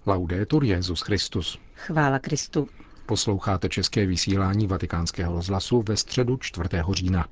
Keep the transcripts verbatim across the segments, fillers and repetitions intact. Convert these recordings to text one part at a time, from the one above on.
Laudetur Jesus Christus. Chvála Kristu. Posloucháte české vysílání Vatikánského rozhlasu ve středu čtvrtého října.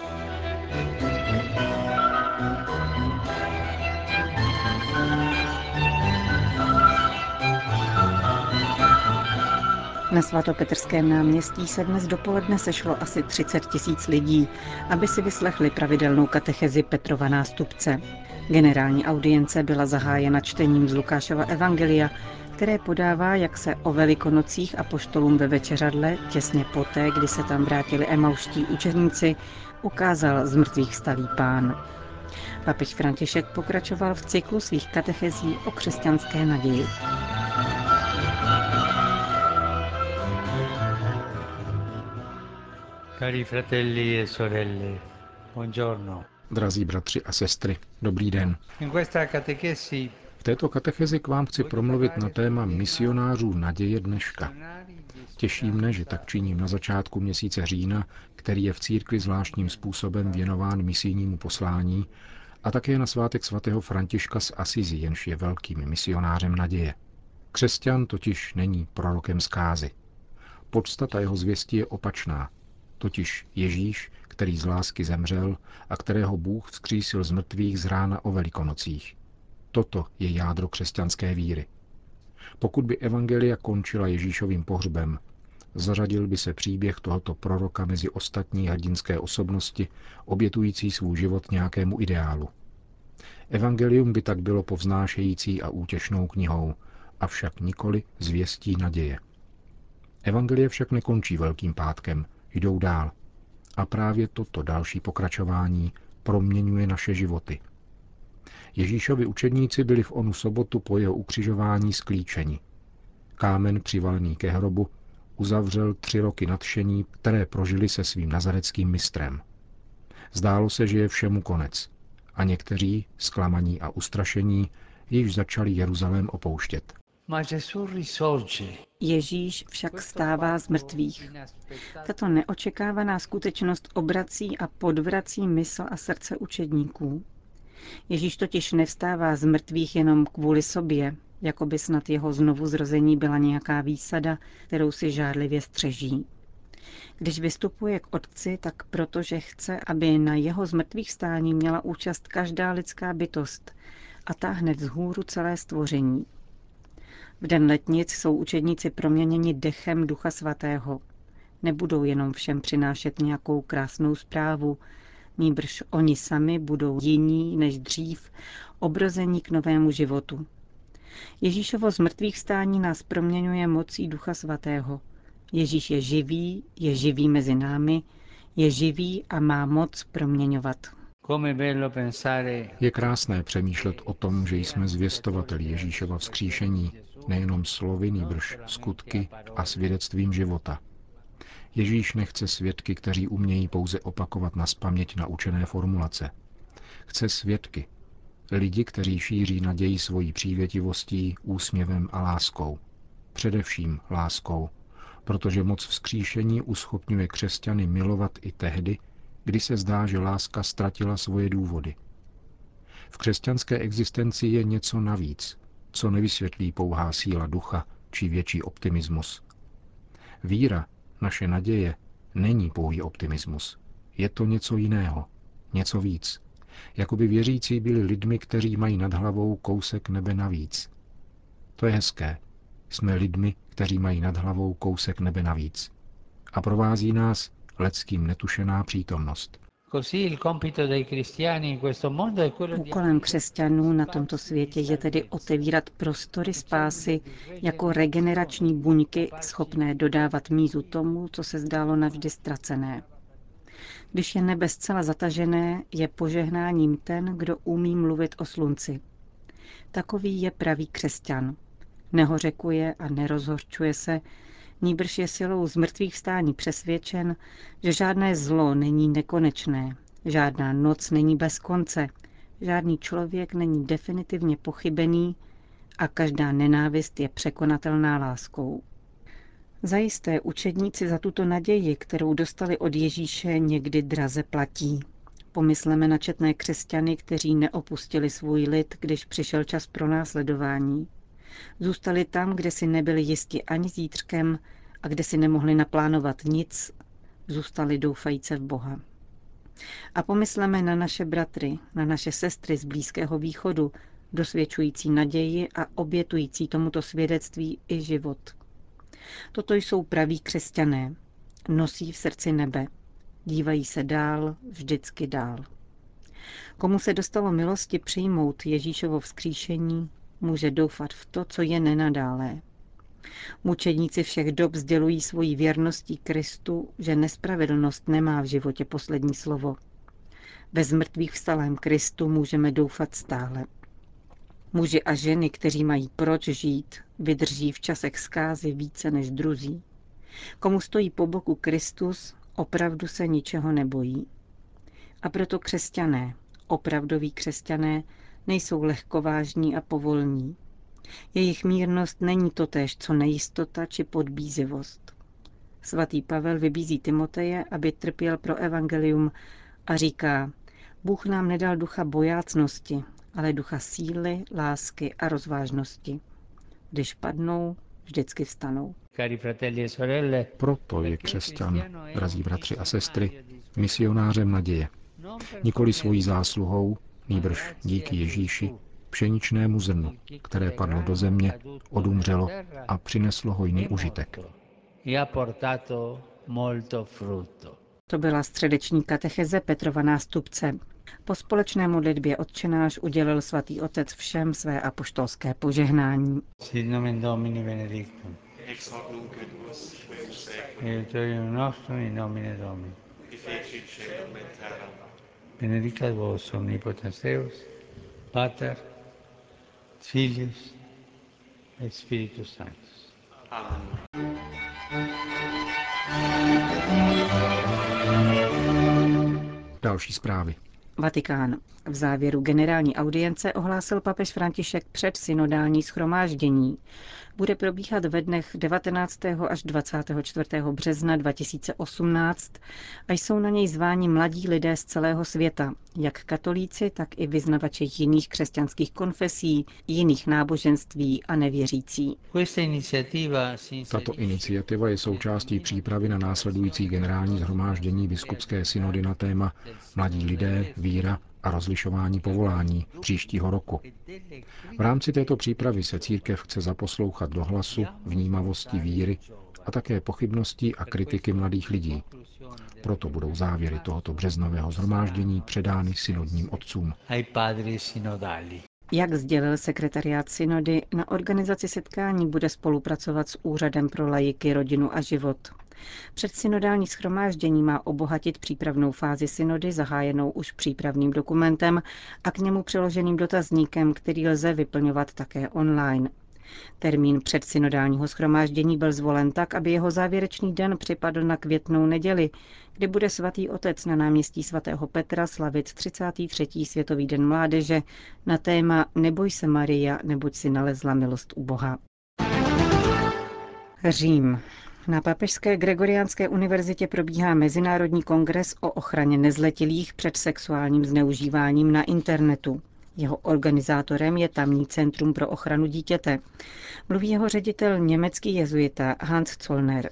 Na svatopetrském náměstí se dnes dopoledne sešlo asi třicet tisíc lidí, aby si vyslechli pravidelnou katechezi Petrova nástupce. Generální audience byla zahájena čtením z Lukášova evangelia, které podává, jak se o Velikonocích apoštolům ve večeřadle, těsně poté, kdy se tam vrátili emauští učedníci, ukázal z mrtvých vstalý Pán. Papež František pokračoval v cyklu svých katechezí o křesťanské naději. Cari fratelli e sorelle, buongiorno. Drazí bratři a sestry, dobrý den. In questa catechesi V této katechezi k vám chci promluvit na téma misionářů naděje dneška. Těší mne, že tak činím na začátku měsíce října, který je v církvi zvláštním způsobem věnován misijnímu poslání, a také na svátek svatého Františka z Asisi, jenž je velkým misionářem naděje. Křesťan totiž není prorokem zkázy. Podstata jeho zvěsti je opačná, totiž Ježíš, který z lásky zemřel a kterého Bůh vzkřísil z mrtvých z rána o Velikonocích. Toto je jádro křesťanské víry. Pokud by evangelia končila Ježíšovým pohřbem, zařadil by se příběh tohoto proroka mezi ostatní hrdinské osobnosti, obětující svůj život nějakému ideálu. Evangelium by tak bylo povznášející a útěšnou knihou, avšak nikoli zvěstí naděje. Evangelie však nekončí Velkým pátkem, jdou dál. A právě toto další pokračování proměňuje naše životy. Ježíšovi učedníci byli v onu sobotu po jeho ukřižování sklíčeni. Kámen přivalený ke hrobu uzavřel tři roky nadšení, které prožili se svým nazareckým mistrem. Zdálo se, že je všemu konec a někteří, zklamaní a ustrašení, již začali Jeruzalém opouštět. Ježíš však stává z mrtvých. Tato neočekávaná skutečnost obrací a podvrací mysl a srdce učedníků. Ježíš totiž nevstává z mrtvých jenom kvůli sobě, jako by snad jeho znovuzrození byla nějaká výsada, kterou si žárlivě střeží. Když vystupuje k Otci, tak protože chce, aby na jeho zmrtvýchvstání měla účast každá lidská bytost a táhne vzhůru celé stvoření. V den letnic jsou učedníci proměněni dechem Ducha Svatého. Nebudou jenom všem přinášet nějakou krásnou zprávu, nýbrž oni sami budou jiní než dřív, obrození k novému životu. Ježíšovo zmrtvýchvstání nás proměňuje mocí Ducha Svatého. Ježíš je živý, je živý mezi námi, je živý a má moc proměňovat. Je krásné přemýšlet o tom, že jsme zvěstovateli Ježíšova vzkříšení, nejenom slovy, nýbrž skutky a svědectvím života. Ježíš nechce svědky, kteří umějí pouze opakovat nazpaměť naučené formulace. Chce svědky, lidi, kteří šíří naději svojí přívětivostí, úsměvem a láskou. Především láskou, protože moc vzkříšení uschopňuje křesťany milovat i tehdy, kdy se zdá, že láska ztratila svoje důvody. V křesťanské existenci je něco navíc, co nevysvětlí pouhá síla ducha či větší optimismus. Víra, naše naděje, není pouhý optimismus. Je to něco jiného, něco víc. Jakoby věřící byli lidmi, kteří mají nad hlavou kousek nebe navíc. To je hezké. Jsme lidmi, kteří mají nad hlavou kousek nebe navíc. A provází nás lidským netušená přítomnost. Úkolem křesťanů na tomto světě je tedy otevírat prostory spásy jako regenerační buňky schopné dodávat mízu tomu, co se zdálo navždy ztracené. Když je nebe zcela zatažené, je požehnáním ten, kdo umí mluvit o slunci. Takový je pravý křesťan. Nehořekuje a nerozhořčuje se, nýbrž je silou zmrtvýchvstání přesvědčen, že žádné zlo není nekonečné, žádná noc není bez konce, žádný člověk není definitivně pochybený a každá nenávist je překonatelná láskou. Zajisté učedníci za tuto naději, kterou dostali od Ježíše, někdy draze platí. Pomysleme na četné křesťany, kteří neopustili svůj lid, když přišel čas pronásledování. Zůstali tam, kde si nebyli jisti ani zítřkem a kde si nemohli naplánovat nic, zůstali doufajíce v Boha. A pomysleme na naše bratry, na naše sestry z Blízkého východu, dosvědčující naději a obětující tomuto svědectví i život. Toto jsou praví křesťané. Nosí v srdci nebe. Dívají se dál, vždycky dál. Komu se dostalo milosti přijmout Ježíšovo vzkříšení, může doufat v to, co je nenadálé. Mučedníci všech dob sdělují svojí věrností Kristu, že nespravedlnost nemá v životě poslední slovo. Ve zmrtvých vstalém Kristu můžeme doufat stále. Muži a ženy, kteří mají proč žít, vydrží v časech zkázy více než druzí. Komu stojí po boku Kristus, opravdu se ničeho nebojí. A proto křesťané, opravdoví křesťané, nejsou lehkovážní a povolní. Jejich mírnost není totéž, co nejistota či podbízivost. Svatý Pavel vybízí Timoteje, aby trpěl pro evangelium a říká, Bůh nám nedal ducha bojácnosti, ale ducha síly, lásky a rozvážnosti. Když padnou, vždycky vstanou. Proto je křesťan, drazí bratři a sestry, misionářem naděje. Nikoli svojí zásluhou, nýbrž díky Ježíši, pšeničnému zrnu, které padlo do země, odumřelo a přineslo hojný užitek. To byla středeční katecheze Petrova nástupce. Po společné modlitbě Otčenáš udělil svatý otec všem své apoštolské požehnání. Sit nomen Domini benedictum. Ex hoc nunc et usque in seculum. Aiutorium nostrum in nomine Domini. Qui feci caelum et terram. Benedicat vos omnipotens Deus, Pater, Filius et Spiritus Sanctus. Amen. Další zprávy. Vatikán. V závěru generální audience ohlásil papež František předsynodální shromáždění. Bude probíhat ve dnech devatenáctého až dvacátého čtvrtého března dva tisíce osmnáct a jsou na něj zváni mladí lidé z celého světa, jak katolíci, tak i vyznavači jiných křesťanských konfesí, jiných náboženství a nevěřící. Tato iniciativa je součástí přípravy na následující generální shromáždění biskupské synody na téma Mladí lidé, víra a rozlišování povolání příštího roku. V rámci této přípravy se církev chce zaposlouchat do hlasu, vnímavosti víry a také pochybností a kritiky mladých lidí. Proto budou závěry tohoto březnového shromáždění předány synodním otcům. Jak sdělil sekretariát synody, na organizaci setkání bude spolupracovat s Úřadem pro laiky, rodinu a život. Předsynodální shromáždění má obohatit přípravnou fázi synody zahájenou už přípravným dokumentem a k němu přiloženým dotazníkem, který lze vyplňovat také online. Termín předsynodálního shromáždění byl zvolen tak, aby jeho závěrečný den připadl na Květnou neděli, kdy bude svatý otec na náměstí svatého Petra slavit třicátý třetí světový den mládeže na téma Neboj se Maria, neboť si nalezla milost u Boha. Řím. Na Papežské Gregoriánské univerzitě probíhá Mezinárodní kongres o ochraně nezletilých před sexuálním zneužíváním na internetu. Jeho organizátorem je tamní Centrum pro ochranu dítěte. Mluví jeho ředitel německý jezuita Hans Zollner.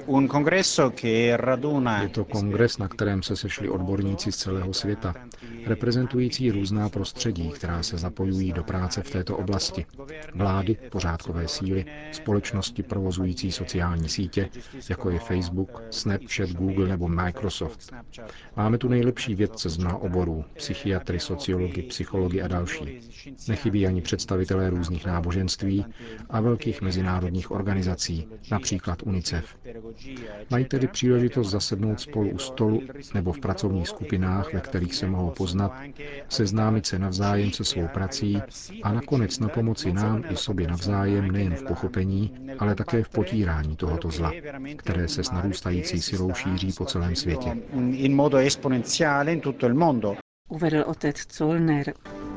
Je to kongres, na kterém se sešli odborníci z celého světa, reprezentující různá prostředí, která se zapojují do práce v této oblasti. Vlády, pořádkové síly, společnosti provozující sociální sítě, jako je Facebook, Snapchat, Google nebo Microsoft. Máme tu nejlepší vědce z mnoha oborů, psychiatry, sociology, psychologi a další. Nechybí ani představitelé různých náboženství a velkých mezinárodních organizací, například UNICEF. Mají tedy příležitost zasednout spolu u stolu nebo v pracovních skupinách, ve kterých se mohou poznat, seznámit se navzájem se svou prací a nakonec na pomoci nám i sobě navzájem nejen v pochopení, ale také v potírání tohoto zla, které se s narůstající silou šíří po celém světě. Uvedl otec Zollner.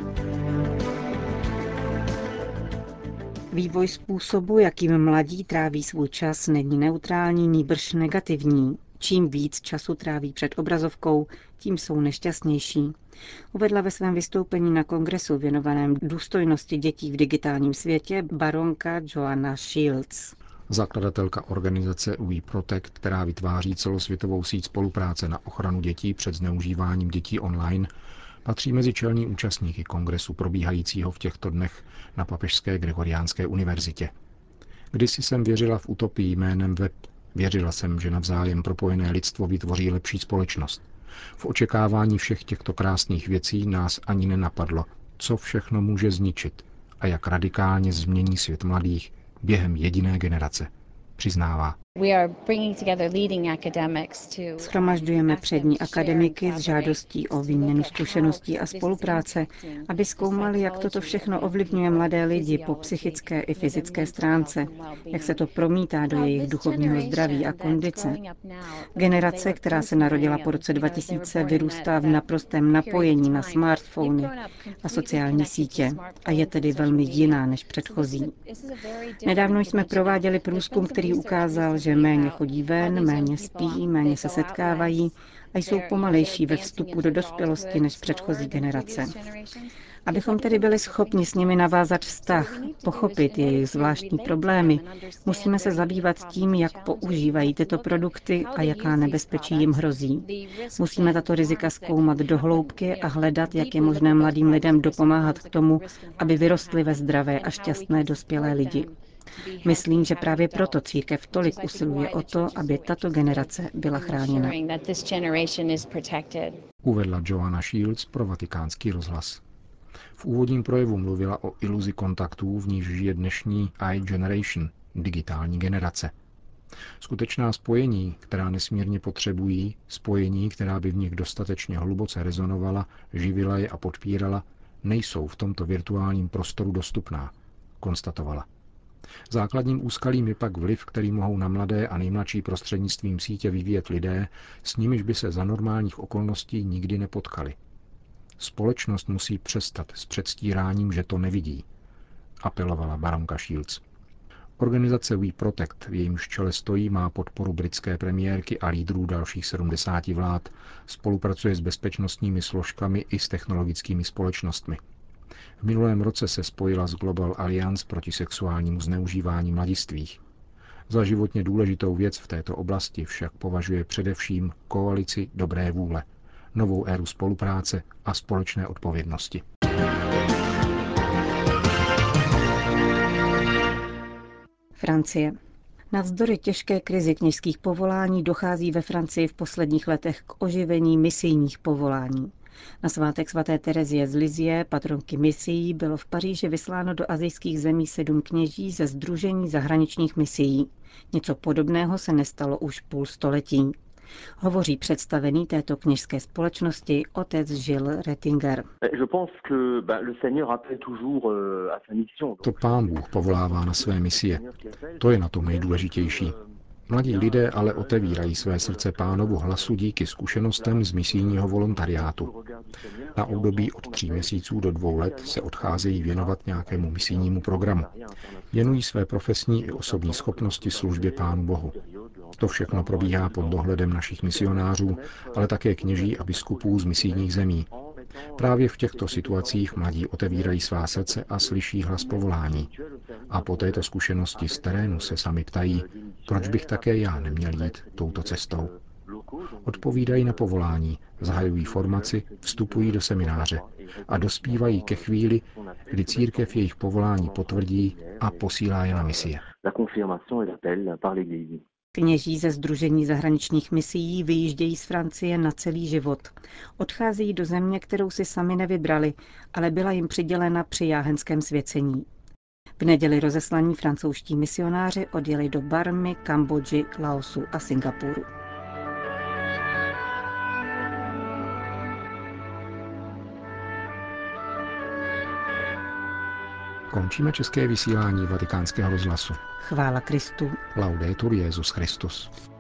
Vývoj způsobu, jakým mladí tráví svůj čas, není neutrální, nýbrž negativní. Čím víc času tráví před obrazovkou, tím jsou nešťastnější. Uvedla ve svém vystoupení na kongresu věnovaném důstojnosti dětí v digitálním světě baronka Joanna Shields. Zakladatelka organizace We Protect, která vytváří celosvětovou síť spolupráce na ochranu dětí před zneužíváním dětí online, patří mezi čelní účastníky kongresu probíhajícího v těchto dnech na Papežské Gregoriánské univerzitě. Kdysi jsem věřila v utopii jménem web. Věřila jsem, že navzájem propojené lidstvo vytvoří lepší společnost. V očekávání všech těchto krásných věcí nás ani nenapadlo, co všechno může zničit a jak radikálně změní svět mladých během jediné generace, přiznává. Shromažďujeme přední akademiky s žádostí o výměnu zkušeností a spolupráce, aby zkoumali, jak toto všechno ovlivňuje mladé lidi po psychické i fyzické stránce, jak se to promítá do jejich duchovního zdraví a kondice. Generace, která se narodila po roce dva tisíce, vyrůstá v naprostém napojení na smartfony a sociální sítě a je tedy velmi jiná než předchozí. Nedávno jsme prováděli průzkum, který ukázal, že méně chodí ven, méně spí, méně se setkávají a jsou pomalejší ve vstupu do dospělosti než předchozí generace. Abychom tedy byli schopni s nimi navázat vztah, pochopit jejich zvláštní problémy, musíme se zabývat tím, jak používají tyto produkty a jaká nebezpečí jim hrozí. Musíme tato rizika zkoumat do hloubky a hledat, jak je možné mladým lidem dopomáhat k tomu, aby vyrostli ve zdravé a šťastné dospělé lidi. Myslím, že právě proto církev tolik usiluje o to, aby tato generace byla chráněna. Uvedla Joanna Shields pro Vatikánský rozhlas. V úvodním projevu mluvila o iluzi kontaktů, v níž žije dnešní iGeneration, digitální generace. Skutečná spojení, která nesmírně potřebují, spojení, která by v nich dostatečně hluboce rezonovala, živila je a podpírala, nejsou v tomto virtuálním prostoru dostupná, konstatovala. Základním úskalím je pak vliv, který mohou na mladé a nejmladší prostřednictvím sítě vyvíjet lidé, s nimiž by se za normálních okolností nikdy nepotkali. Společnost musí přestat s předstíráním, že to nevidí, apelovala baronka Shields. Organizace We Protect, v jejímž čele stojí, má podporu britské premiérky a lídrů dalších sedmdesáti vlád, spolupracuje s bezpečnostními složkami i s technologickými společnostmi. V minulém roce se spojila s Global Alliance proti sexuálnímu zneužívání mladistvých. Za životně důležitou věc v této oblasti však považuje především koalici dobré vůle, novou éru spolupráce a společné odpovědnosti. Francie. Navzdory těžké krizi kněžských povolání dochází ve Francii v posledních letech k oživení misijních povolání. Na svátek svaté Terezie z Lizie, patronky misií, bylo v Paříži vysláno do asijských zemí sedm kněží ze Sdružení zahraničních misií. Něco podobného se nestalo už půl století. Hovoří představený této kněžské společnosti otec Gilles Rettinger. To Pán Bůh povolává na své misie. To je na tom nejdůležitější. Mladí lidé ale otevírají své srdce Pánovu hlasu díky zkušenostem z misijního volontariátu. Na období od tří měsíců do dvou let se odcházejí věnovat nějakému misijnímu programu. Věnují své profesní i osobní schopnosti službě Pánu Bohu. To všechno probíhá pod dohledem našich misionářů, ale také kněží a biskupů z misijních zemí. Právě v těchto situacích mladí otevírají svá srdce a slyší hlas povolání. A po této zkušenosti z terénu se sami ptají, proč bych také já neměl jít touto cestou. Odpovídají na povolání, zahajují formaci, vstupují do semináře a dospívají ke chvíli, kdy církev jejich povolání potvrdí a posílá je na misie. Kněží ze Sdružení zahraničních misií vyjíždějí z Francie na celý život. Odcházejí do země, kterou si sami nevybrali, ale byla jim přidělena při jáhenském svěcení. V neděli rozeslaní francouzští misionáři odjeli do Barmy, Kambodži, Laosu a Singapuru. Končíme české vysílání Vatikánského rozhlasu. Chvála Kristu. Laudetur Jesus Christus.